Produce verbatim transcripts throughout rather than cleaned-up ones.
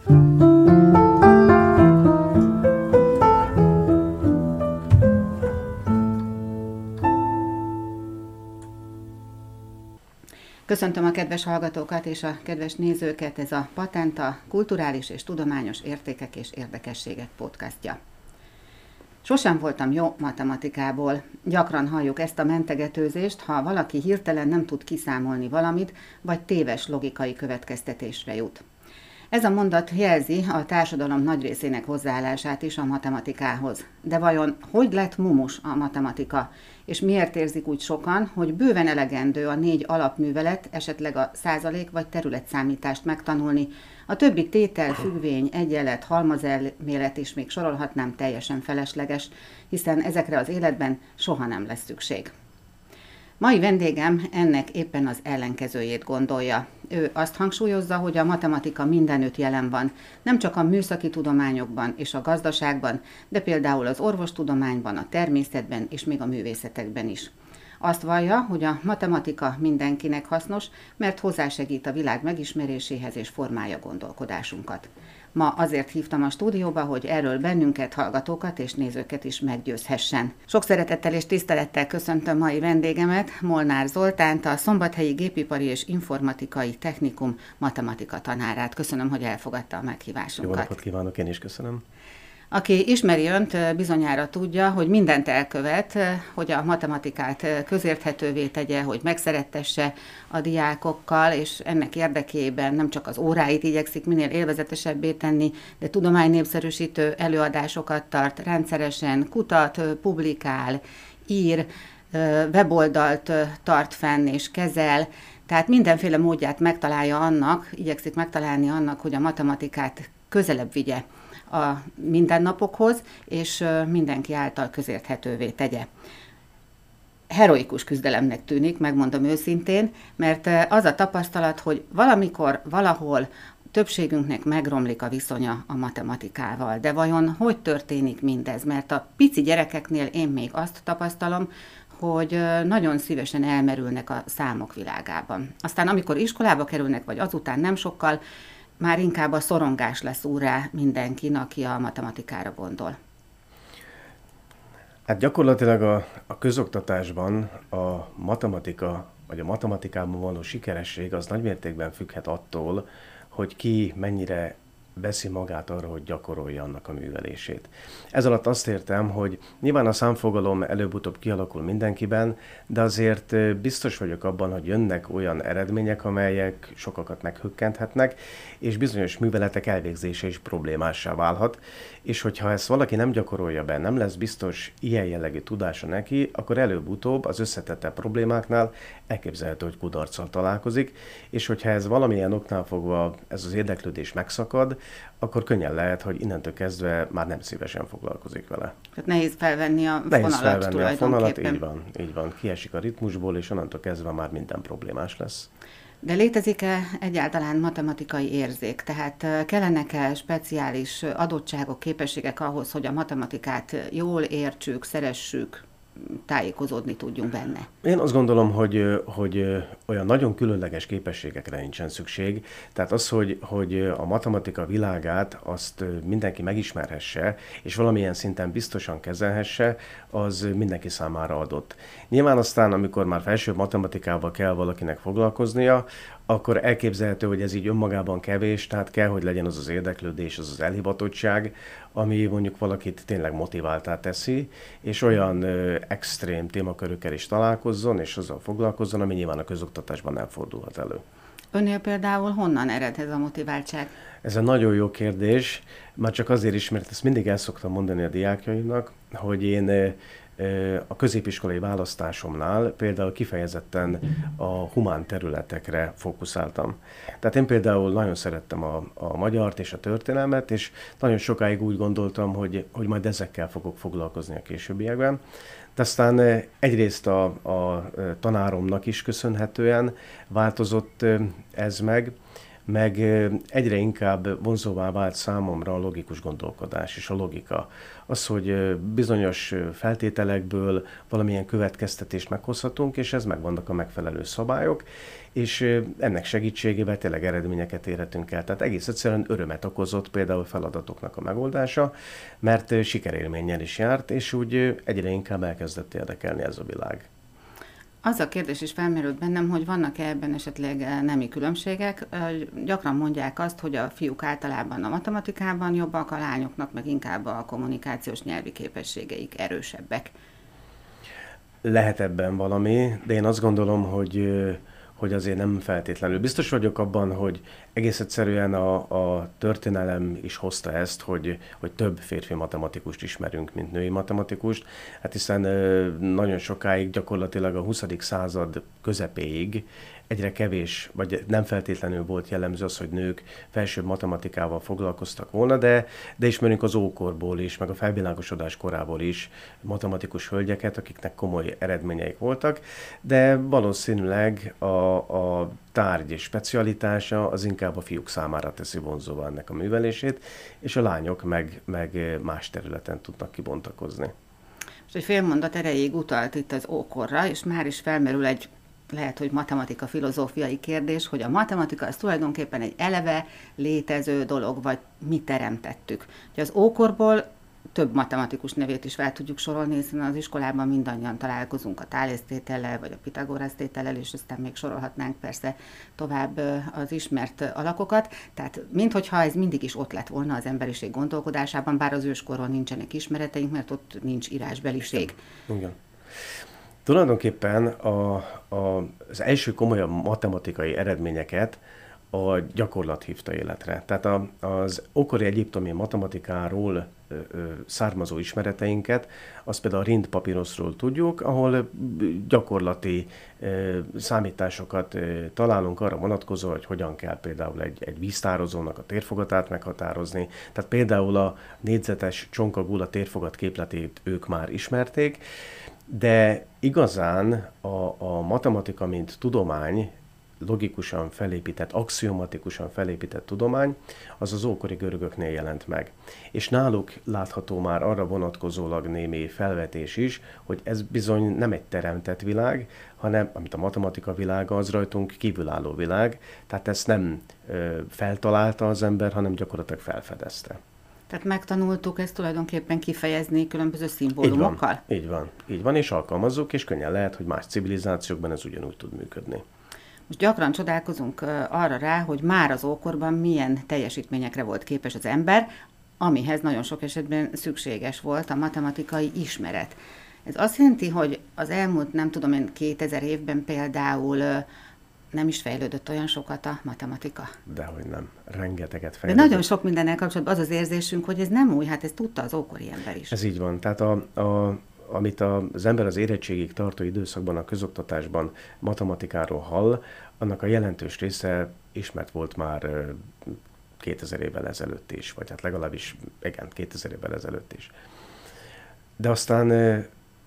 Köszöntöm a kedves hallgatókat és a kedves nézőket, ez a Patenta kulturális és tudományos értékek és érdekességek podcastja. Sosem voltam jó matematikából. Gyakran halljuk ezt a mentegetőzést, ha valaki hirtelen nem tud kiszámolni valamit, vagy téves logikai következtetésre jut. Ez a mondat jelzi a társadalom nagy részének hozzáállását is a matematikához. De vajon hogy lett mumus a matematika? És miért érzik úgy sokan, hogy bőven elegendő a négy alapművelet, esetleg a százalék vagy területszámítást megtanulni, a többi tétel, függvény, egyenlet, halmazelmélet is még sorolhatnám teljesen felesleges, hiszen ezekre az életben soha nem lesz szükség. Mai vendégem ennek éppen az ellenkezőjét gondolja. Ő azt hangsúlyozza, hogy a matematika mindenütt jelen van, nem csak a műszaki tudományokban és a gazdaságban, de például az orvostudományban, a természetben és még a művészetekben is. Azt vallja, hogy a matematika mindenkinek hasznos, mert hozzásegít a világ megismeréséhez és formálja gondolkodásunkat. Ma azért hívtam a stúdióba, hogy erről bennünket, hallgatókat és nézőket is meggyőzhessen. Sok szeretettel és tisztelettel köszöntöm mai vendégemet, Molnár Zoltánt, a Szombathelyi Gépipari és Informatikai Technikum matematika tanárát. Köszönöm, hogy elfogadta a meghívásunkat. Jó napot kívánok, én is köszönöm. Aki ismeri önt, bizonyára tudja, hogy mindent elkövet, hogy a matematikát közérthetővé tegye, hogy megszerettesse a diákokkal, és ennek érdekében nem csak az óráit igyekszik minél élvezetesebbé tenni, de tudománynépszerűsítő előadásokat tart rendszeresen, kutat, publikál, ír, weboldalt tart fenn és kezel, tehát mindenféle módját megtalálja annak, igyekszik megtalálni annak, hogy a matematikát közelebb vigye a mindennapokhoz, és mindenki által közérthetővé tegye. Heroikus küzdelemnek tűnik, megmondom őszintén, mert az a tapasztalat, hogy valamikor, valahol többségünknek megromlik a viszonya a matematikával. De vajon hogy történik mindez? Mert a pici gyerekeknél én még azt tapasztalom, hogy nagyon szívesen elmerülnek a számok világában. Aztán amikor iskolába kerülnek, vagy azután nem sokkal, már inkább a szorongás lesz úrrá mindenkin, aki a matematikára gondol. Hát gyakorlatilag a, a közoktatásban a matematika, vagy a matematikában való sikeresség az nagymértékben függhet attól, hogy ki mennyire veszi magát arra, hogy gyakorolja annak a művelését. Ez alatt azt értem, hogy nyilván a számfogalom előbb-utóbb kialakul mindenkiben, de azért biztos vagyok abban, hogy jönnek olyan eredmények, amelyek sokakat meghökkenthetnek, és bizonyos műveletek elvégzése is problémássá válhat, és hogyha ezt valaki nem gyakorolja be, nem lesz biztos ilyen jellegű tudása neki, akkor előbb-utóbb az összetettebb problémáknál elképzelhető, hogy kudarccal találkozik, és hogyha ez valamilyen oknál fogva ez az érdeklődés megszakad, akkor könnyen lehet, hogy innentől kezdve már nem szívesen foglalkozik vele. Tehát nehéz felvenni a nehéz fonalat felvenni a fonalat, így van, így van. Kiesik a ritmusból, és onnantól kezdve már minden problémás lesz. De létezik-e egyáltalán matematikai érzék? Tehát kellenek-e speciális adottságok, képességek ahhoz, hogy a matematikát jól értsük, szeressük, tájékozódni tudjunk benne? Én azt gondolom, hogy, hogy olyan nagyon különleges képességekre nincsen szükség. Tehát az, hogy, hogy a matematika világát azt mindenki megismerhesse, és valamilyen szinten biztosan kezelhesse, az mindenki számára adott. Nyilván aztán, amikor már felsőbb matematikával kell valakinek foglalkoznia, akkor elképzelhető, hogy ez így önmagában kevés, tehát kell, hogy legyen az az érdeklődés, az az elhivatottság, ami mondjuk valakit tényleg motiváltá teszi, és olyan ö, extrém témakörökkel is találkozzon, és azzal foglalkozzon, ami nyilván a közoktatásban nem fordulhat elő. Önnél például honnan ered ez a motiváltság? Ez egy nagyon jó kérdés, már csak azért is, mert ezt mindig el szoktam mondani a diákjaimnak, hogy én a középiskolai választásomnál például kifejezetten a humán területekre fókuszáltam. Tehát én például nagyon szerettem a, a magyart és a történelmet, és nagyon sokáig úgy gondoltam, hogy, hogy majd ezekkel fogok foglalkozni a későbbiekben. De aztán egyrészt a, a tanáromnak is köszönhetően változott ez meg, meg egyre inkább vonzóvá vált számomra a logikus gondolkodás és a logika. Az, hogy bizonyos feltételekből valamilyen következtetést meghozhatunk, és ez megvannak a megfelelő szabályok, és ennek segítségével tényleg eredményeket érhetünk el. Tehát egész egyszerűen örömet okozott például feladatoknak a megoldása, mert sikerélménnyel is járt, és úgy egyre inkább elkezdett érdekelni ez a világ. Az a kérdés is felmerült bennem, hogy vannak-e ebben esetleg nemi különbségek. Gyakran mondják azt, hogy a fiúk általában a matematikában jobbak, a lányoknak meg inkább a kommunikációs nyelvi képességeik erősebbek. Lehet ebben valami, de én azt gondolom, hogy hogy azért nem feltétlenül. Biztos vagyok abban, hogy egész egyszerűen a, a történelem is hozta ezt, hogy, hogy több férfi matematikust ismerünk, mint női matematikust. Hát hiszen nagyon sokáig, gyakorlatilag a huszadik század közepéig egyre kevés, vagy nem feltétlenül volt jellemző az, hogy nők felsőbb matematikával foglalkoztak volna, de, de ismerünk az ókorból is, meg a felvilágosodás korából is matematikus hölgyeket, akiknek komoly eredményeik voltak, de valószínűleg a, a tárgy és specialitása az inkább a fiúk számára teszi vonzóvá ennek a művelését, és a lányok meg, meg más területen tudnak kibontakozni. És egy fél mondat erejéig utalt itt az ókorra, és már is felmerül egy lehet, hogy matematika filozófiai kérdés, hogy a matematika az tulajdonképpen egy eleve létező dolog, vagy mi teremtettük. Ugye az ókorból több matematikus nevét is fel tudjuk sorolni, hiszen az iskolában mindannyian találkozunk a Thálész-tétellel, vagy a Pitagorasz-tétellel, és aztán még sorolhatnánk persze tovább az ismert alakokat. Tehát minthogyha ez mindig is ott lett volna az emberiség gondolkodásában, bár az őskorról nincsenek ismereteink, mert ott nincs írásbeliség. Igen. Tulajdonképpen a, a, az első komolyabb matematikai eredményeket a gyakorlat hívta életre. Tehát a, az ókori egyiptomi matematikáról ö, ö, származó ismereteinket, azt például a Rind papíroszról tudjuk, ahol gyakorlati ö, számításokat ö, találunk arra vonatkozó, hogy hogyan kell például egy, egy víztározónak a térfogatát meghatározni. Tehát például a négyzetes csonkagúla térfogat képletét ők már ismerték, de igazán a, a matematika, mint tudomány, logikusan felépített, axiomatikusan felépített tudomány, az az ókori görögöknél jelent meg. És náluk látható már arra vonatkozólag némi felvetés is, hogy ez bizony nem egy teremtett világ, hanem, amit a matematika világa, az rajtunk kívülálló világ, tehát ezt nem ö, feltalálta az ember, hanem gyakorlatilag felfedezte. Tehát megtanultuk ezt tulajdonképpen kifejezni különböző szimbólumokkal? Így van, így van, így van, és alkalmazzuk, és könnyen lehet, hogy más civilizációkban ez ugyanúgy tud működni. Most gyakran csodálkozunk arra rá, hogy már az ókorban milyen teljesítményekre volt képes az ember, amihez nagyon sok esetben szükséges volt a matematikai ismeret. Ez azt jelenti, hogy az elmúlt, nem tudom én, kétezer évben például nem is fejlődött olyan sokat a matematika? Dehogy nem. Rengeteget fejlődött. De nagyon sok mindennel kapcsolatban az az érzésünk, hogy ez nem új, hát ezt tudta az ókori ember is. Ez így van. Tehát a, a, amit az ember az érettségig tartó időszakban a közoktatásban matematikáról hall, annak a jelentős része ismert volt már kétezer évvel ezelőtt is, vagy hát legalábbis, igen, kétezer évvel ezelőtt is. De aztán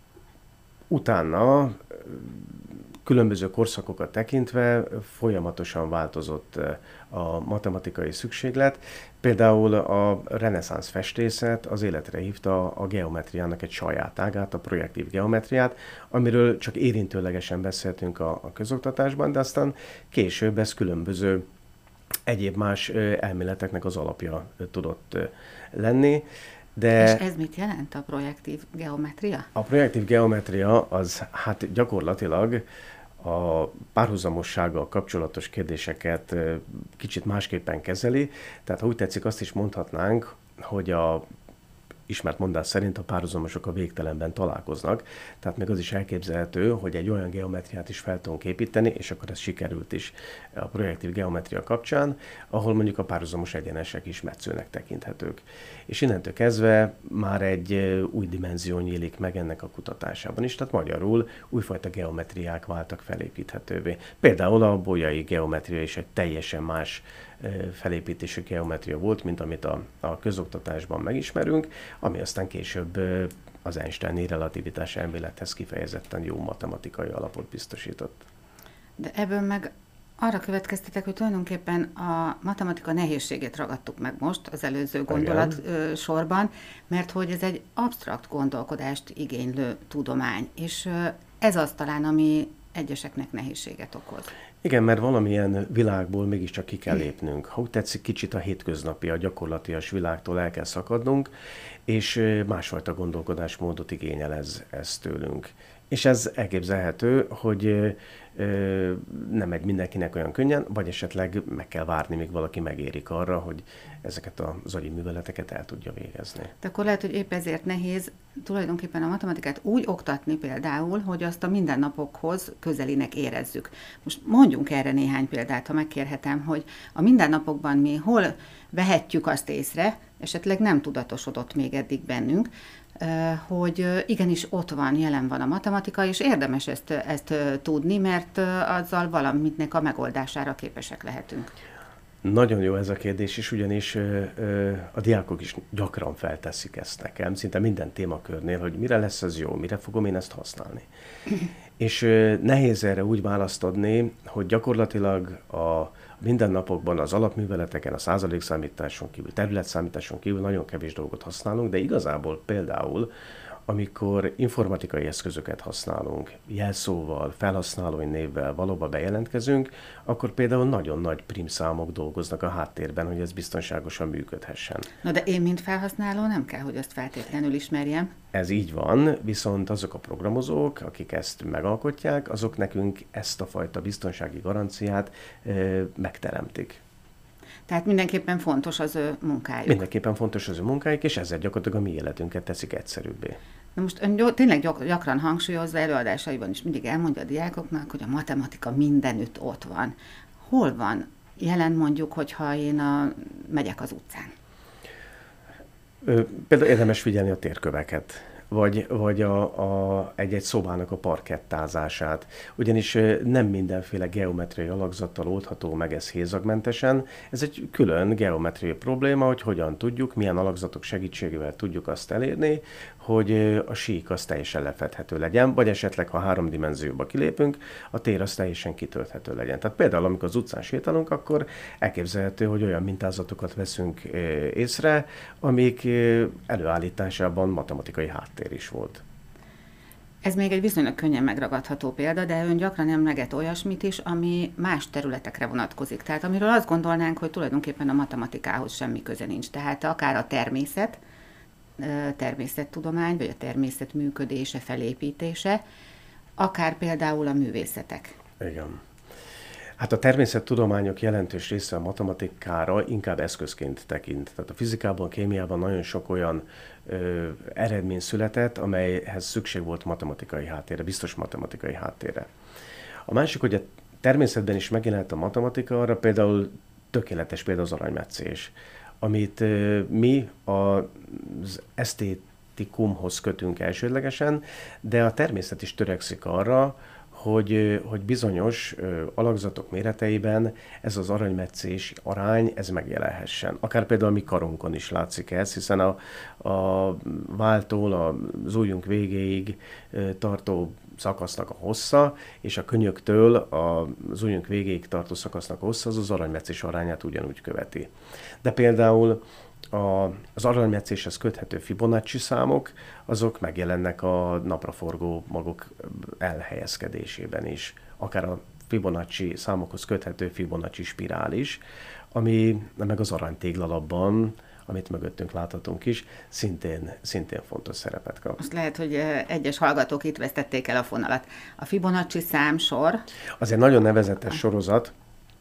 utána különböző korszakokat tekintve folyamatosan változott a matematikai szükséglet. Például a reneszánsz festészet az életre hívta a geometriának egy saját ágát, a projektív geometriát, amiről csak érintőlegesen beszéltünk a, a közoktatásban, de aztán később ez különböző egyéb más elméleteknek az alapja tudott lenni. De és ez mit jelent a projektív geometria? A projektív geometria az hát gyakorlatilag a párhuzamossággal kapcsolatos kérdéseket kicsit másképpen kezeli. Tehát ha úgy tetszik, azt is mondhatnánk, hogy a ismert mondás szerint a párhuzamosok a végtelenben találkoznak. Tehát még az is elképzelhető, hogy egy olyan geometriát is fel tudunk építeni, és akkor ez sikerült is a projektív geometria kapcsán, ahol mondjuk a párhuzamos egyenesek is metszőnek tekinthetők. És innentől kezdve már egy új dimenzió nyílik meg ennek a kutatásában is, tehát magyarul újfajta geometriák váltak felépíthetővé. Például a bolyai geometria is egy teljesen más felépítésű geometria volt, mint amit a, a közoktatásban megismerünk, ami aztán később az Einsteini relativitás elmélethez kifejezetten jó matematikai alapot biztosított. De ebből meg arra következtetek, hogy tulajdonképpen a matematika nehézségét ragadtuk meg most az előző gondolat Igen. sorban, mert hogy ez egy absztrakt gondolkodást igénylő tudomány, és ez az talán, ami egyeseknek nehézséget okoz. Igen, mert valamilyen világból mégiscsak ki kell lépnünk. Ha úgy tetszik, kicsit a hétköznapi, a gyakorlatias világtól el kell szakadnunk, és másfajta gondolkodásmódot igényel ez, ez tőlünk. És ez elképzelhető, hogy ö, nem megy mindenkinek olyan könnyen, vagy esetleg meg kell várni, míg valaki megérik arra, hogy ezeket az agyi műveleteket el tudja végezni. De akkor lehet, hogy épp ezért nehéz tulajdonképpen a matematikát úgy oktatni például, hogy azt a mindennapokhoz közelinek érezzük. Most mondjunk erre néhány példát, ha megkérhetem, hogy a mindennapokban mi hol vehetjük azt észre, esetleg nem tudatosodott még eddig bennünk, hogy igenis ott van, jelen van a matematika, és érdemes ezt, ezt tudni, mert azzal valamitnek a megoldására képesek lehetünk. Nagyon jó ez a kérdés is, ugyanis ö, ö, a diákok is gyakran felteszik ezt nekem, szinte minden témakörnél, hogy mire lesz ez jó, mire fogom én ezt használni. És ö, nehéz erre úgy választ adni, hogy gyakorlatilag a mindennapokban az alapműveleteken, a százalékszámításon kívül, területszámításon kívül nagyon kevés dolgot használunk, de igazából például, amikor informatikai eszközöket használunk, jelszóval, felhasználói névvel valóban bejelentkezünk, akkor például nagyon nagy prímszámok dolgoznak a háttérben, hogy ez biztonságosan működhessen. Na de én, mint felhasználó, nem kell, hogy azt feltétlenül ismerjem. Ez így van, viszont azok a programozók, akik ezt megalkotják, azok nekünk ezt a fajta biztonsági garanciát e, megteremtik. Tehát mindenképpen fontos az ő munkájuk. Mindenképpen fontos az ő munkájuk, és ezzel gyakorlatilag a mi életünket teszik egyszerűbbé. Na most ön tényleg gyakran hangsúlyozva előadásaiban is mindig elmondja a diákoknak, hogy a matematika mindenütt ott van. Hol van jelen mondjuk, hogyha én a, megyek az utcán? Ö, például érdemes figyelni a térköveket, vagy, vagy a, a, egy-egy szobának a parkettázását. Ugyanis nem mindenféle geometriai alakzattal oldható meg ez hézagmentesen. Ez egy külön geometriai probléma, hogy hogyan tudjuk, milyen alakzatok segítségével tudjuk azt elérni, hogy a sík az teljesen lefedhető legyen, vagy esetleg, ha három dimenzióba kilépünk, a tér az teljesen kitölthető legyen. Tehát például, amikor az utcán sétálunk, akkor elképzelhető, hogy olyan mintázatokat veszünk észre, amik előállításában matematikai háttér is volt. Ez még egy viszonylag könnyen megragadható példa, de ön gyakran emleget olyasmit is, ami más területekre vonatkozik. Tehát amiről azt gondolnánk, hogy tulajdonképpen a matematikához semmi köze nincs. Tehát akár a természet, természettudomány, vagy a természet működése, felépítése, akár például a művészetek. Igen. Hát a természettudományok jelentős része a matematikára inkább eszközként tekint. Tehát a fizikában, kémiában nagyon sok olyan ö, eredmény született, amelyhez szükség volt matematikai háttérre, biztos matematikai háttérre. A másik, hogy a természetben is megjelent a matematika, arra például tökéletes például az aranymetszés, amit ö, mi az esztétikumhoz kötünk elsődlegesen, de a természet is törekszik arra, hogy, hogy bizonyos ö, alakzatok méreteiben ez az aranymetszés arány, ez megjelenhessen. Akár például a mi karunkon is látszik ez, hiszen a, a váltól az ujjunk végéig ö, tartó szakasznak a hossza, és a könyöktől az ujjunk végéig tartó szakasznak a hossza, az az aranymetszés arányát ugyanúgy követi. De például A, az aranymetszéshez köthető Fibonacci számok, azok megjelennek a napraforgó magok elhelyezkedésében is. Akár a Fibonacci számokhoz köthető Fibonacci spirál is, ami meg az aranytéglalapban, amit mögöttünk láthatunk is, szintén, szintén fontos szerepet kap. Most lehet, hogy egyes hallgatók itt vesztették el a fonalat. A Fibonacci számsor... Az egy nagyon nevezetes sorozat,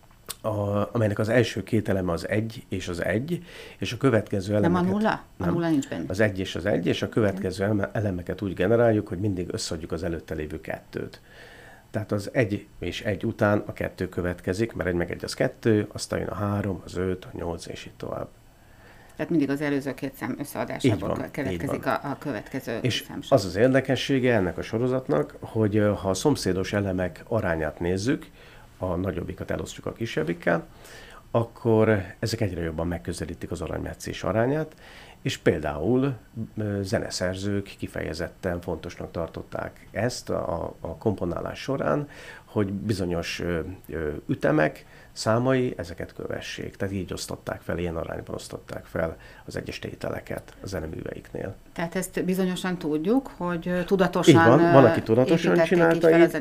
A, amelynek az első két eleme az egy és az egy, és a következő elemeket... Nem a nulla? A nem, nulla nincs benne. Az egy és az egy, és a következő elemeket úgy generáljuk, hogy mindig összeadjuk az előtte lévő kettőt. Tehát az egy és egy után a kettő következik, mert egy meg egy az kettő, aztán jön a három, az öt, a nyolc, és így tovább. Tehát mindig az előző két szám összeadásából keletkezik a, a következő és számsor. Az az érdekessége ennek a sorozatnak, hogy ha a szomszédos elemek arányát nézzük, a nagyobbikat elosztjuk a kisebbikkel, akkor ezek egyre jobban megközelítik az aranymetszés arányát, és például zeneszerzők kifejezetten fontosnak tartották ezt a, a komponálás során, hogy bizonyos ütemek, számai ezeket kövessék. Tehát így osztották fel, ilyen arányban osztották fel az egyes tételeket a zeneműveiknél. Tehát ezt bizonyosan tudjuk, hogy tudatosan így van, van, aki tudatosan csinálta így.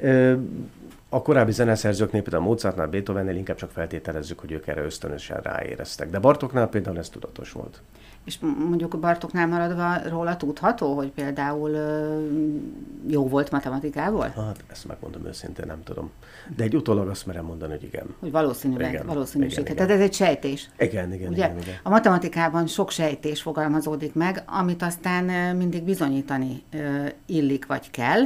A korábbi zeneszerzőknél, például Mozartnál, Beethovennél inkább csak feltételezzük, hogy ők erre ösztönösen ráéreztek. De Bartóknál például ez tudatos volt. És mondjuk a Bartóknál maradva róla tudható, hogy például jó volt matematikából? Hát ezt megmondom őszintén, nem tudom. De egy utólag azt merem mondani, hogy igen. Hogy valószínűleg, igen, valószínűség. igen, Tehát ez egy sejtés. Igen, igen, ugye? igen, igen. A matematikában sok sejtés fogalmazódik meg, amit aztán mindig bizonyítani illik vagy kell.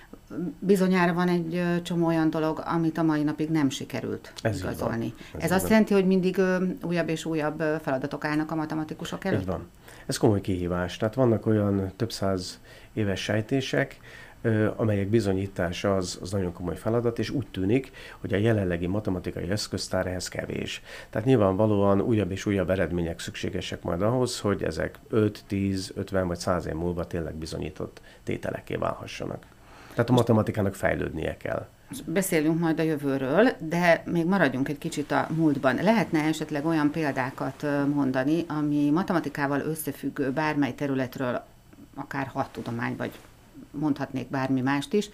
Bizonyára van egy csomó olyan dolog, amit a mai napig nem sikerült ez igazolni. Ez, ez azt van. jelenti, hogy mindig ö, újabb és újabb feladatok állnak a matematikusok előtt? Így van. Ez komoly kihívás. Tehát vannak olyan több száz éves sejtések, amelyek bizonyítása az, az nagyon komoly feladat, és úgy tűnik, hogy a jelenlegi matematikai eszköztár ehhez kevés. Tehát nyilvánvalóan újabb és újabb eredmények szükségesek majd ahhoz, hogy ezek öt, tíz, ötven vagy száz év múlva tényleg bizonyított tételekké válhassanak. Tehát a matematikának fejlődnie kell. Beszélünk majd a jövőről, de még maradjunk egy kicsit a múltban. Lehetne esetleg olyan példákat mondani, ami matematikával összefüggő bármely területről, akár hat tudomány, vagy mondhatnék bármi mást is,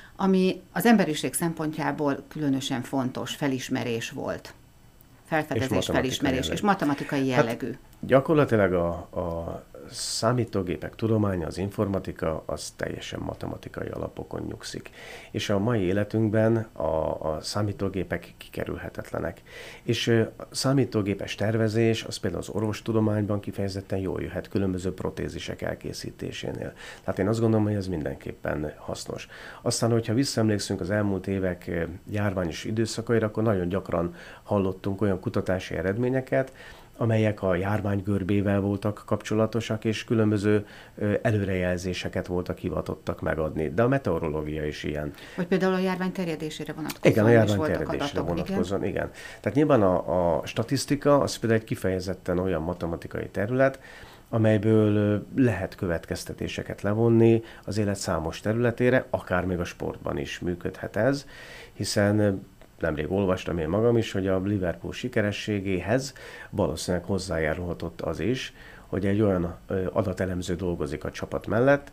ami az emberiség szempontjából különösen fontos felismerés volt. Felfedezés, és felismerés, jellegű. És matematikai jellegű. Hát, gyakorlatilag a, a számítógépek tudománya, az informatika, az teljesen matematikai alapokon nyugszik. És a mai életünkben a, a számítógépek kikerülhetetlenek. És a számítógépes tervezés, az például az orvostudományban kifejezetten jól jöhet különböző protézisek elkészítésénél. Tehát én azt gondolom, hogy ez mindenképpen hasznos. Aztán, hogyha visszaemlékszünk az elmúlt évek járványos időszakaira, akkor nagyon gyakran hallottunk olyan kutatási eredményeket, amelyek a járvány görbével voltak kapcsolatosak, és különböző előrejelzéseket voltak hivatottak megadni. De a meteorológia is ilyen. Vagy például a járvány terjedésére vonatkozóan. Igen, a járvány terjedésére vonatkozóan, igen. igen. Tehát nyilván a, a statisztika, az például egy kifejezetten olyan matematikai terület, amelyből lehet következtetéseket levonni az élet számos területére, akár még a sportban is működhet ez, hiszen nemrég olvastam én magam is, hogy a Liverpool sikerességéhez valószínűleg hozzájárulhatott az is, hogy egy olyan adatelemző dolgozik a csapat mellett,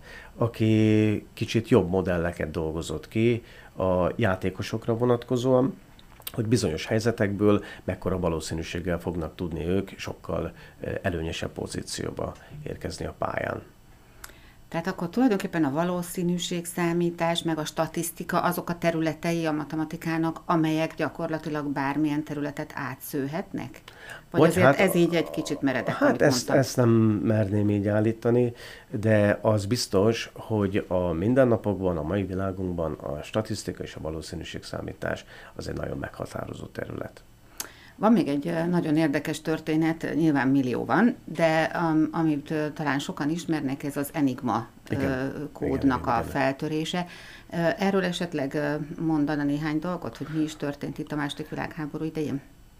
aki kicsit jobb modelleket dolgozott ki a játékosokra vonatkozóan, hogy bizonyos helyzetekből mekkora valószínűséggel fognak tudni ők sokkal előnyösebb pozícióba érkezni a pályán. Tehát akkor tulajdonképpen a valószínűségszámítás, meg a statisztika azok a területei a matematikának, amelyek gyakorlatilag bármilyen területet átszőhetnek? Vagy, Vagy azért hát, ez így egy kicsit meredek, Hát ezt, ezt nem merném így állítani, de az biztos, hogy a mindennapokban, a mai világunkban a statisztika és a valószínűségszámítás az egy nagyon meghatározó terület. Van még egy nagyon érdekes történet, nyilván millió van, de um, amit uh, talán sokan ismernek, ez az Enigma igen, uh, kódnak igen, igen, a igen. feltörése. Uh, erről esetleg uh, mondana néhány dolgot, hogy mi is történt itt a második világháború idején?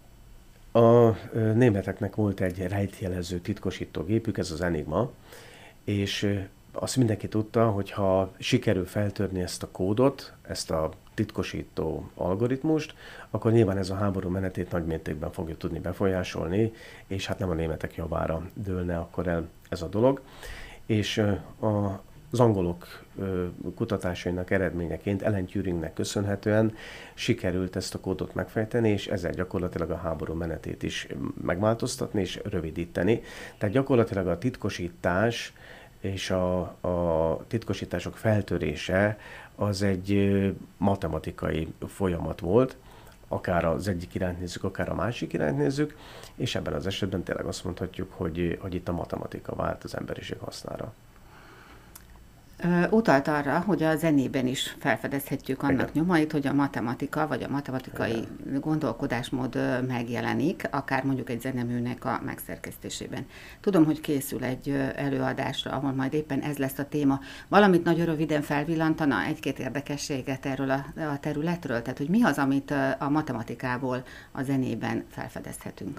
A uh, németeknek volt egy rejtjelező titkosítógépük, ez az Enigma, és uh, azt mindenki tudta, hogy ha sikerül feltörni ezt a kódot, ezt a titkosító algoritmust, akkor nyilván ez a háború menetét nagy mértékben fogja tudni befolyásolni, és hát nem a németek javára dőlne akkor el ez a dolog. És a az angolok kutatásainak eredményeként Alan Turingnek köszönhetően sikerült ezt a kódot megfejteni, és ezzel gyakorlatilag a háború menetét is megváltoztatni és rövidíteni. Tehát gyakorlatilag a titkosítás és a, a titkosítások feltörése az egy matematikai folyamat volt, akár az egyik irányt nézzük, akár a másik irányt nézzük, és ebben az esetben tényleg azt mondhatjuk, hogy, hogy itt a matematika vált az emberiség hasznára. Utalt arra, hogy a zenében is felfedezhetjük annak Igen. nyomait, hogy a matematika vagy a matematikai Igen. gondolkodásmód megjelenik, akár mondjuk egy zeneműnek a megszerkesztésében. Tudom, hogy készül egy előadásra, ahol majd éppen ez lesz a téma. Valamit nagyon röviden felvillantana, egy-két érdekességet erről a, a területről? Tehát, hogy mi az, amit a matematikából a zenében felfedezhetünk?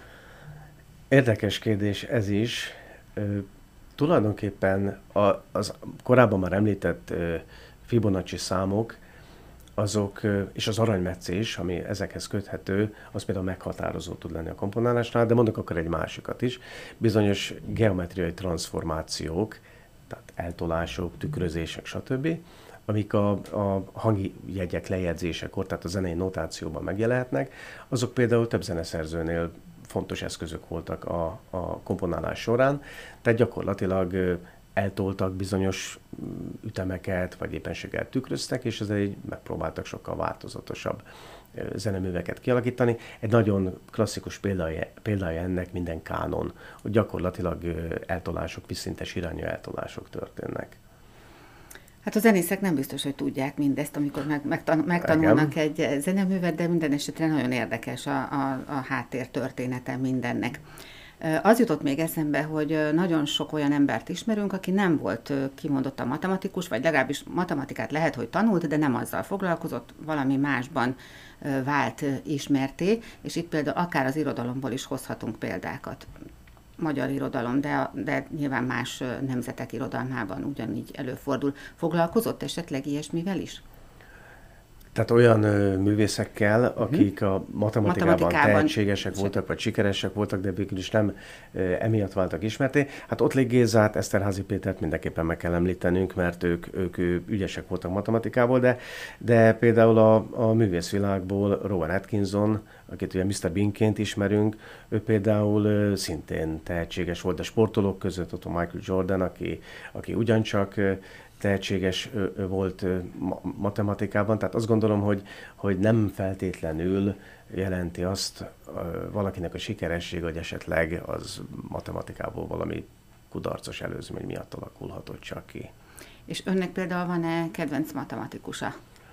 Érdekes kérdés ez is. Tulajdonképpen az korábban már említett Fibonacci számok, azok, és az aranymetszés, ami ezekhez köthető, az például meghatározó tud lenni a komponálásnál, de mondok akkor egy másikat is. Bizonyos geometriai transformációk, tehát eltolások, tükrözések, stb., amik a, a hangi jegyek lejegyzésekor, tehát a zenei notációban megjelenhetnek, azok például több zeneszerzőnél fontos eszközök voltak a, a komponálás során, tehát gyakorlatilag eltoltak bizonyos ütemeket, vagy éppenséggel tükröztek, és ezzel így megpróbáltak sokkal változatosabb zeneműveket kialakítani. Egy nagyon klasszikus példája, példája ennek minden kánon, hogy gyakorlatilag eltolások, vízszintes irányú eltolások történnek. Hát a zenészek nem biztos, hogy tudják mindezt, amikor meg, megtan, megtanulnak Igen. egy zeneművet, de minden esetre nagyon érdekes a, a, a háttér története mindennek. Az jutott még eszembe, hogy nagyon sok olyan embert ismerünk, aki nem volt kimondottan matematikus, vagy legalábbis matematikát lehet, hogy tanult, de nem azzal foglalkozott, valami másban vált ismerté, és itt például akár az irodalomból is hozhatunk példákat. Magyar irodalom, de, de nyilván más nemzetek irodalmában ugyanígy előfordul. Foglalkozott esetleg ilyesmivel is? Tehát olyan ö, művészekkel, akik a matematikában, matematikában tehetségesek se. voltak, vagy sikeresek voltak, de végül is nem ö, emiatt váltak ismerté. Hát Ottlik Gézát, Eszterházy Pétert mindenképpen meg kell említenünk, mert ők, ők ügyesek voltak matematikából, de, de például a, a művészvilágból Rowan Atkinson, akit ugye miszter Beanként ismerünk, ő például ö, szintén tehetséges volt, a sportolók között ott a Michael Jordan, aki, aki ugyancsak ö, tehetséges volt matematikában, tehát azt gondolom, hogy, hogy nem feltétlenül jelenti azt valakinek a sikeresség, hogy esetleg az matematikából valami kudarcos előzmény miatt alakulhatott csak ki. És önnek például van-e kedvenc matematikusa?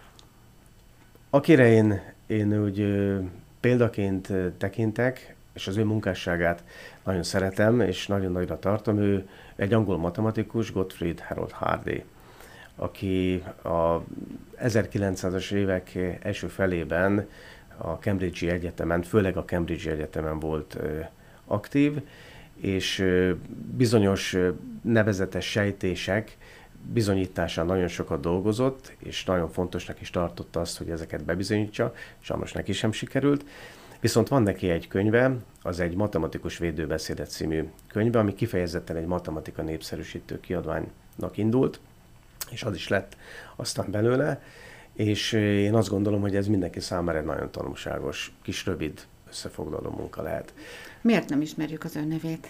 Akire én, én úgy példaként tekintek, és az ő munkásságát nagyon szeretem, és nagyon nagyra tartom, ő egy angol matematikus, Gottfried Harold Hardy, aki a ezerkilencszázas évek első felében a Cambridge-i Egyetemen, főleg a Cambridge-i Egyetemen volt aktív, és bizonyos nevezetes sejtések bizonyításán nagyon sokat dolgozott, és nagyon fontosnak is tartotta azt, hogy ezeket bebizonyítsa, sajnos neki sem sikerült. Viszont van neki egy könyve, az egy Matematikus védőbeszédet című könyve, ami kifejezetten egy matematika népszerűsítő kiadványnak indult, és az is lett aztán belőle, és én azt gondolom, hogy ez mindenki számára egy nagyon tanulságos, kis rövid összefoglaló munka lehet. Miért nem ismerjük az ön nevét?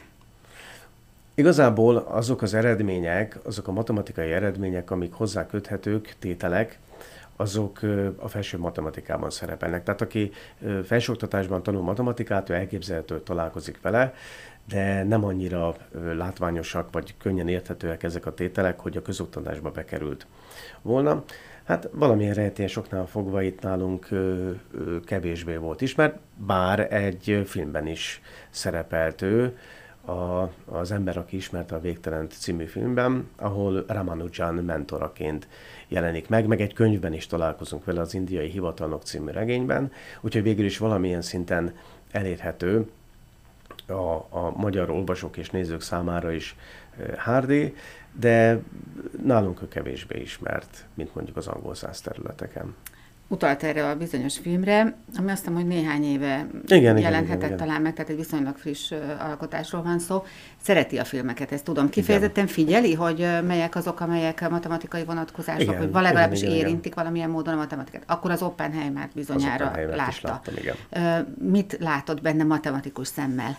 Igazából azok az eredmények, azok a matematikai eredmények, amik hozzá köthetők, tételek, azok a felső matematikában szerepelnek. Tehát aki felsőoktatásban tanul matematikát, ő elképzelhető, hogy találkozik vele, de nem annyira látványosak, vagy könnyen érthetőek ezek a tételek, hogy a közoktatásba bekerült volna. Hát valamilyen rejtélyes oknál fogva itt nálunk ö, ö, kevésbé volt ismert, bár egy filmben is szerepelt ő, A, az ember, aki ismerte a Végtelent című filmben, ahol Ramanujan mentoraként jelenik meg, meg egy könyvben is találkozunk vele, az Indiai Hivatalnok című regényben, úgyhogy végül is valamilyen szinten elérhető a, a magyar olvasók és nézők számára is Hardy, de nálunk ő kevésbé ismert, mint mondjuk az angol száz területeken. Utalt erre a bizonyos filmre, ami azt hiszem, hogy néhány éve igen, jelenhetett igen, igen, talán meg, tehát egy viszonylag friss alkotásról van szó. Szereti a filmeket, ezt tudom. Kifejezetten figyeli, hogy melyek azok, amelyek matematikai vonatkozások, igen, hogy legalábbis igen, igen, érintik igen. valamilyen módon a matematikát. Akkor az Oppenheimert bizonyára az látta. Is láttam, igen. Mit látott benne matematikus szemmel?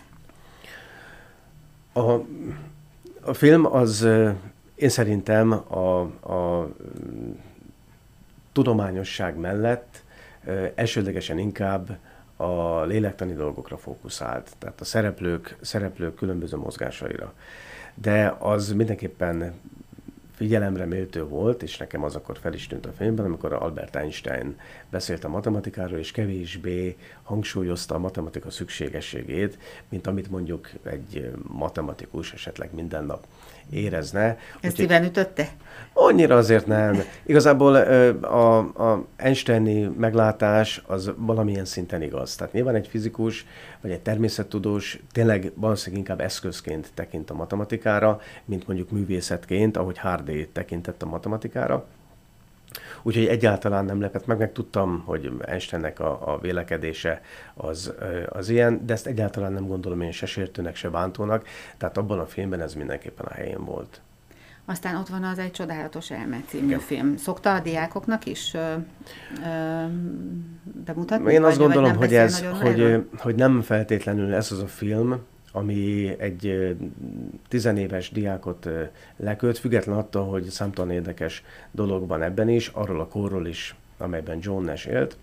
A, a film az, én szerintem a, a tudományosság mellett elsődlegesen inkább a lélektani dolgokra fókuszált, tehát a szereplők, szereplők különböző mozgásaira. De az mindenképpen figyelemre méltó volt, és nekem az akkor fel is tűnt a filmben, amikor Albert Einstein beszélt a matematikáról, és kevésbé hangsúlyozta a matematika szükségességét, mint amit mondjuk egy matematikus esetleg minden nap érezne. Ezt szíven ütötte? Annyira azért nem. Igazából a, a Einsteini meglátás az valamilyen szinten igaz. Tehát nyilván egy fizikus vagy egy természettudós tényleg valószínűleg inkább eszközként tekint a matematikára, mint mondjuk művészetként, ahogy Hardy tekintett a matematikára. Úgyhogy egyáltalán nem lepett meg, meg tudtam, hogy Einsteinnek a, a vélekedése az, az ilyen, de ezt egyáltalán nem gondolom én se sértőnek, se bántónak, tehát abban a filmben ez mindenképpen a helyén volt. Aztán ott van az Egy csodálatos elme című Igen. film. Szokta a diákoknak is ö, ö, bemutatni? Én azt vagy, gondolom, vagy hogy, ez, hogy, hogy nem feltétlenül ez az a film, ami egy tizenéves diákot leköt, független attól, hogy számtalan érdekes dolog van ebben is, arról a korról is, amelyben John Nash élt,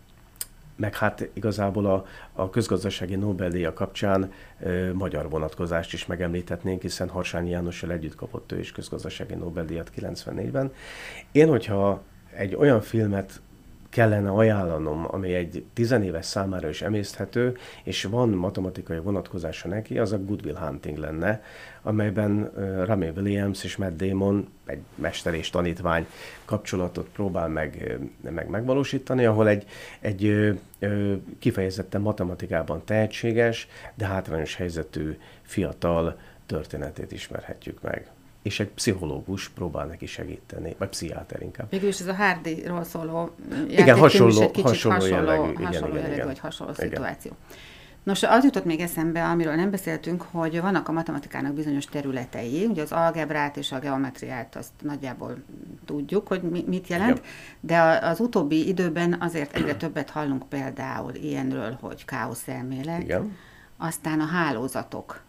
meg hát igazából a, a közgazdasági Nobel-díja kapcsán ö, magyar vonatkozást is megemlíthetnénk, hiszen Harsányi Jánossal együtt kapott ő is közgazdasági Nobel-díjat kilencvennégyben. Én, hogyha egy olyan filmet kellene ajánlanom, ami egy tizenéves számára is emészthető, és van matematikai vonatkozása neki, az a Good Will Hunting lenne, amelyben uh, Rami Williams és Matt Damon egy mester és tanítvány kapcsolatot próbál meg, meg megvalósítani, ahol egy, egy ö, ö, kifejezetten matematikában tehetséges, de hátrányos helyzetű fiatal történetét ismerhetjük meg. És egy pszichológus próbál neki segíteni, vagy pszichiáter inkább. Végülis ez a Hardyról szóló igen, hasonló, is egy kicsit hasonló, hasonló jellegű, hasonló, igen, hasonló igen, jellegű, igen. vagy hasonló Igen. szituáció. Nos, az jutott még eszembe, amiről nem beszéltünk, hogy vannak a matematikának bizonyos területei, ugye az algebrát és a geometriát azt nagyjából tudjuk, hogy mi, mit jelent, igen. De az utóbbi időben azért egyre többet hallunk például ilyenről, hogy káoszelmélet, igen. Aztán a hálózatok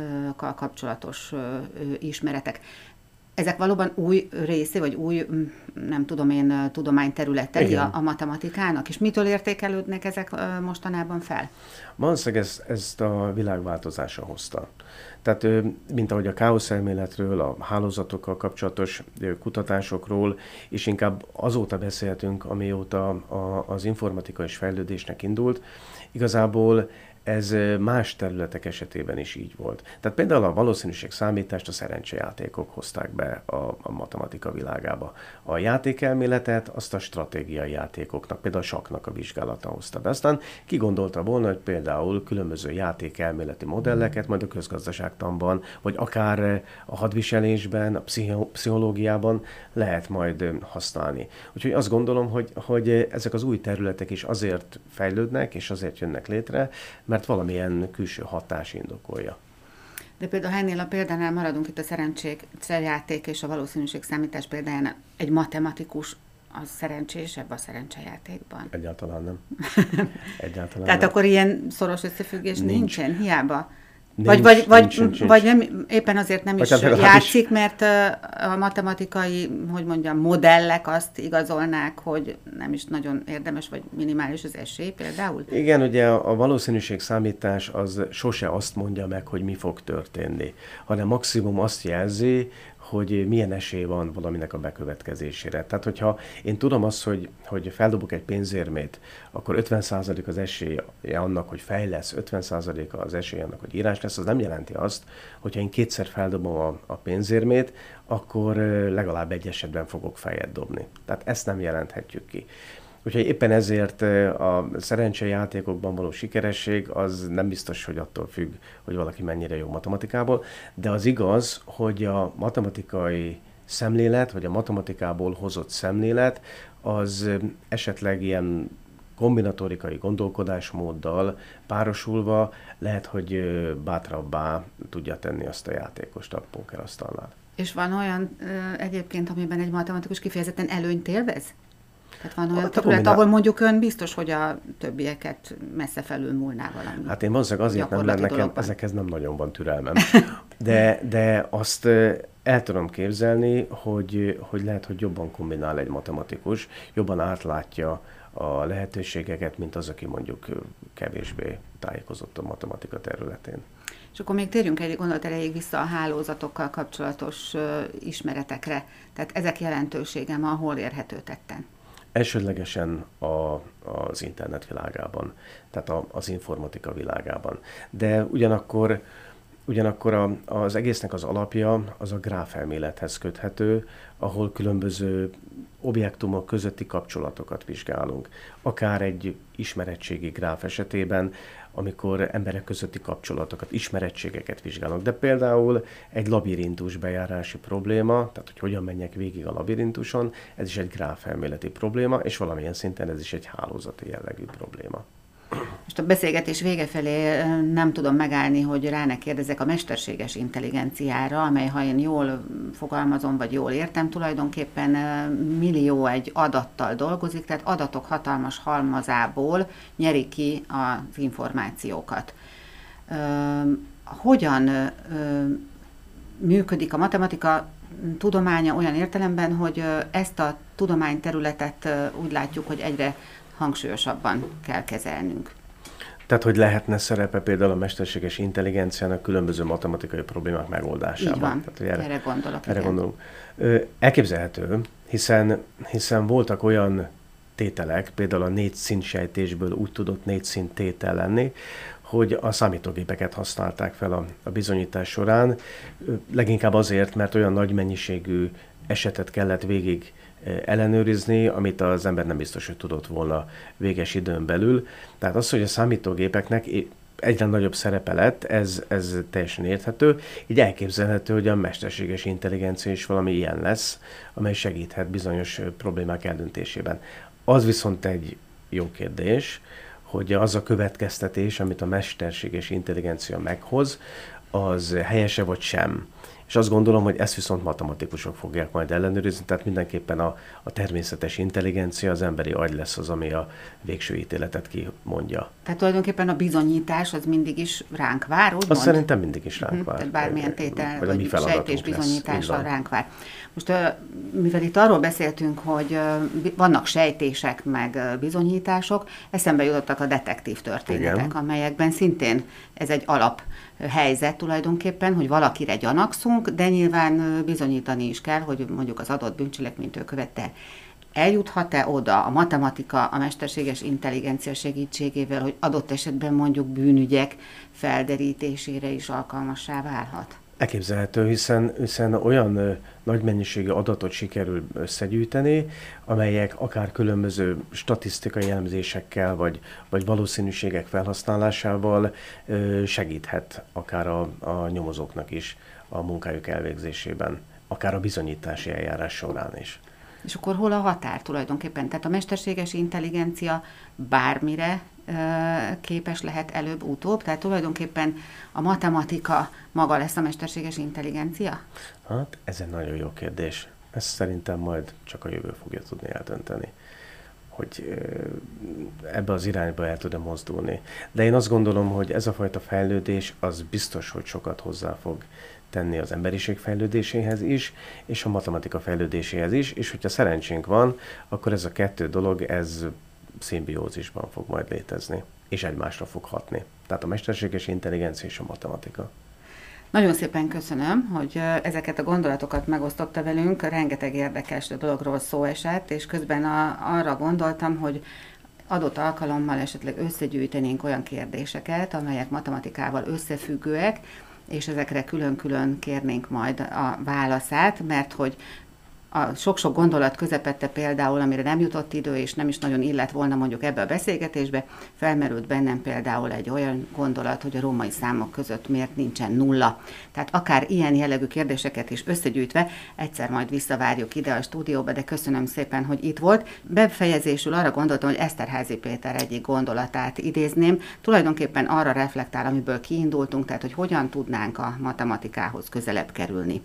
kapcsolatos ismeretek. Ezek valóban új része, vagy új, nem tudom én, tudományterületei a, a matematikának? És mitől értékelődnek ezek mostanában fel? Valószínűleg ezt, ezt a világváltozása hozta. Tehát, mint ahogy a káoszelméletről, a hálózatokkal kapcsolatos kutatásokról, és inkább azóta beszéltünk, amióta a, az informatikai fejlődésnek indult, igazából ez más területek esetében is így volt. Tehát például a valószínűségszámítást a szerencsejátékok hozták be a, a matematika világába. A játékelméletet azt a stratégiai játékoknak, például a sakknak a vizsgálata hozta be. Aztán ki gondolta volna, hogy például különböző játékelméleti modelleket majd a közgazdaságtanban, vagy akár a hadviselésben, a pszichológiában lehet majd használni. Úgyhogy azt gondolom, hogy, hogy ezek az új területek is azért fejlődnek, és azért jönnek létre, mert valamilyen külső hatás indokolja. De például ha ennél a példánál maradunk itt a szerencsejáték és a valószínűségszámítás példáján, egy matematikus az szerencsésebb a szerencsejátékban? Egyáltalán nem. Egyáltalán Tehát nem. akkor ilyen szoros összefüggés nincs. nincsen, hiába? Nincs, vagy vagy, vagy, nincs, nincs, vagy nem, éppen azért nem vagy is hát játszik, mert a matematikai, hogy mondjam, modellek azt igazolnák, hogy nem is nagyon érdemes, vagy minimális az esély például? Igen, ugye a valószínűségszámítás az sose azt mondja meg, hogy mi fog történni, hanem maximum azt jelzi, hogy milyen esély van valaminek a bekövetkezésére. Tehát, hogyha én tudom azt, hogy, hogy feldobok egy pénzérmét, akkor ötven százalék az esélye annak, hogy fej lesz, ötven százalék az esély annak, hogy írás lesz, az nem jelenti azt, hogyha én kétszer feldobom a, a pénzérmét, akkor legalább egy esetben fogok fejet dobni. Tehát ezt nem jelenthetjük ki. Úgyhogy éppen ezért a szerencsejátékokban való sikeresség az nem biztos, hogy attól függ, hogy valaki mennyire jó matematikából, de az igaz, hogy a matematikai szemlélet, vagy a matematikából hozott szemlélet, az esetleg ilyen kombinatorikai gondolkodásmóddal párosulva lehet, hogy bátrabbá tudja tenni azt a játékost a pókerasztalnál. És van olyan egyébként, amiben egy matematikus kifejezetten előnyt élvez? Tehát van olyan hát terület, kombinál... ahol mondjuk ön biztos, hogy a többieket messze felülmúlná valami. Hát én valószínűleg azért nem, mert nekem ezekhez nem nagyon van türelmem. De, de azt el tudom képzelni, hogy, hogy lehet, hogy jobban kombinál egy matematikus, jobban átlátja a lehetőségeket, mint az, aki mondjuk kevésbé tájékozott a matematika területén. És akkor még térjünk egy gondolat erejéig vissza a hálózatokkal kapcsolatos ismeretekre. Tehát ezek jelentősége ma hol érhető tetten? Elsődlegesen a, az internet világában, tehát a, az informatika világában. De ugyanakkor, ugyanakkor a, az egésznek az alapja az a gráfelmélethez köthető, ahol különböző objektumok közötti kapcsolatokat vizsgálunk. Akár egy ismerettségi gráf esetében, amikor emberek közötti kapcsolatokat, ismerettségeket vizsgálunk. De például egy labirintus bejárási probléma, tehát hogy hogyan menjek végig a labirintuson, ez is egy gráfelméleti probléma, és valamilyen szinten ez is egy hálózati jellegű probléma. Most a beszélgetés vége felé nem tudom megállni, hogy rá ne kérdezek a mesterséges intelligenciára, amely, ha én jól fogalmazom, vagy jól értem, tulajdonképpen millió egy adattal dolgozik, tehát adatok hatalmas halmazából nyeri ki az információkat. Hogyan működik a matematika tudománya olyan értelemben, hogy ezt a tudományterületet úgy látjuk, hogy egyre hangsúlyosabban kell kezelnünk. Tehát, hogy lehetne szerepe például a mesterséges intelligenciának különböző matematikai problémák megoldásában. Így van, Tehát, erre, erre gondolok. Erre gondolunk. Elképzelhető, hiszen, hiszen voltak olyan tételek, például a négy szintsejtésből úgy tudott négy szint tétel lenni, hogy a számítógépeket használták fel a, a bizonyítás során, leginkább azért, mert olyan nagy mennyiségű esetet kellett végig ellenőrizni, amit az ember nem biztos, hogy tudott volna véges időn belül. Tehát az, hogy a számítógépeknek egyre nagyobb szerepe lett, ez, ez teljesen érthető. Így elképzelhető, hogy a mesterséges intelligencia is valami ilyen lesz, amely segíthet bizonyos problémák eldöntésében. Az viszont egy jó kérdés, hogy az a következtetés, amit a mesterséges intelligencia meghoz, az helyese vagy sem. És azt gondolom, hogy ezt viszont matematikusok fogják majd ellenőrizni, tehát mindenképpen a, a természetes intelligencia, az emberi agy lesz az, ami a végső ítéletet kimondja. Tehát tulajdonképpen a bizonyítás az mindig is ránk vár, úgy Azt szerintem mindig is ránk vár. Tehát bármilyen tétel, vagy, vagy sejtés bizonyítása ránk vár. Most, mivel itt arról beszéltünk, hogy vannak sejtések, meg bizonyítások, eszembe jutottak a detektív történetek, igen, amelyekben szintén ez egy alap helyzet tulajdonképpen, hogy valakire gyanakszunk, de nyilván bizonyítani is kell, hogy mondjuk az adott bűncselekményt ő követte. Eljuthat-e oda a matematika, a mesterséges intelligencia segítségével, hogy adott esetben mondjuk bűnügyek felderítésére is alkalmassá válhat? Elképzelhető, hiszen, hiszen olyan ö, nagy mennyiségű adatot sikerül összegyűjteni, amelyek akár különböző statisztikai elemzésekkel, vagy, vagy valószínűségek felhasználásával ö, segíthet akár a, a nyomozóknak is a munkájuk elvégzésében, akár a bizonyítási eljárás során is. És akkor hol a határ tulajdonképpen? Tehát a mesterséges intelligencia bármire ö, képes lehet előbb-utóbb? Tehát tulajdonképpen a matematika maga lesz a mesterséges intelligencia? Hát ez egy nagyon jó kérdés. Ezt szerintem majd csak a jövő fogja tudni eldönteni, hogy ebbe az irányba el tud-e mozdulni. De én azt gondolom, hogy ez a fajta fejlődés az biztos, hogy sokat hozzá fog tenni az emberiség fejlődéséhez is, és a matematika fejlődéséhez is, és hogyha szerencsénk van, akkor ez a kettő dolog, ez szimbiózisban fog majd létezni, és egymásra fog hatni. Tehát a mesterséges intelligencia és a matematika. Nagyon szépen köszönöm, hogy ezeket a gondolatokat megosztotta velünk, rengeteg érdekes dologról szó esett, és közben a, arra gondoltam, hogy adott alkalommal esetleg összegyűjtenénk olyan kérdéseket, amelyek matematikával összefüggőek, és ezekre külön-külön kérnénk majd a válaszát, mert hogy a sok-sok gondolat közepette például, amire nem jutott idő, és nem is nagyon illett volna mondjuk ebbe a beszélgetésbe, felmerült bennem például egy olyan gondolat, hogy a római számok között miért nincsen nulla. Tehát akár ilyen jellegű kérdéseket is összegyűjtve, egyszer majd visszavárjuk ide a stúdióba, de köszönöm szépen, hogy itt volt. Befejezésül arra gondoltam, hogy Eszterházy Péter egyik gondolatát idézném, tulajdonképpen arra reflektál, amiből kiindultunk, tehát hogy hogyan tudnánk a matematikához közelebb kerülni.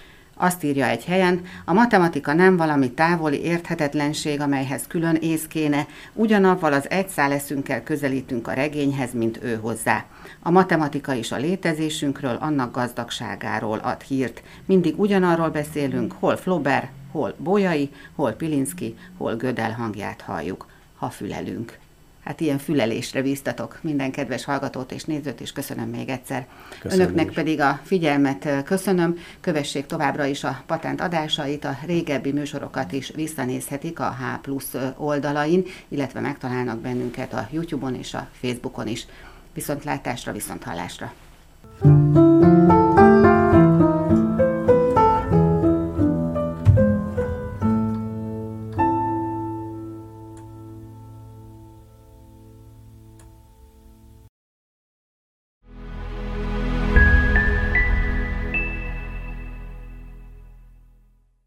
Azt írja egy helyen, a matematika nem valami távoli érthetetlenség, amelyhez külön ész kéne, ugyanavval az egy szál eszünkkel közelítünk a regényhez, mint ő hozzá. A matematika is a létezésünkről, annak gazdagságáról ad hírt. Mindig ugyanarról beszélünk, hol Flaubert, hol Bolyai, hol Pilinszky, hol Gödel hangját halljuk, ha fülelünk. hát ilyen fülelésre bíztatok minden kedves hallgatót és nézőt, és köszönöm még egyszer. Köszönöm Önöknek is. pedig a figyelmet köszönöm, kövessék továbbra is a Patent adásait, a régebbi műsorokat is visszanézhetik a H plusz oldalain, illetve megtalálnak bennünket a YouTube-on és a Facebookon is. Viszontlátásra, viszonthallásra!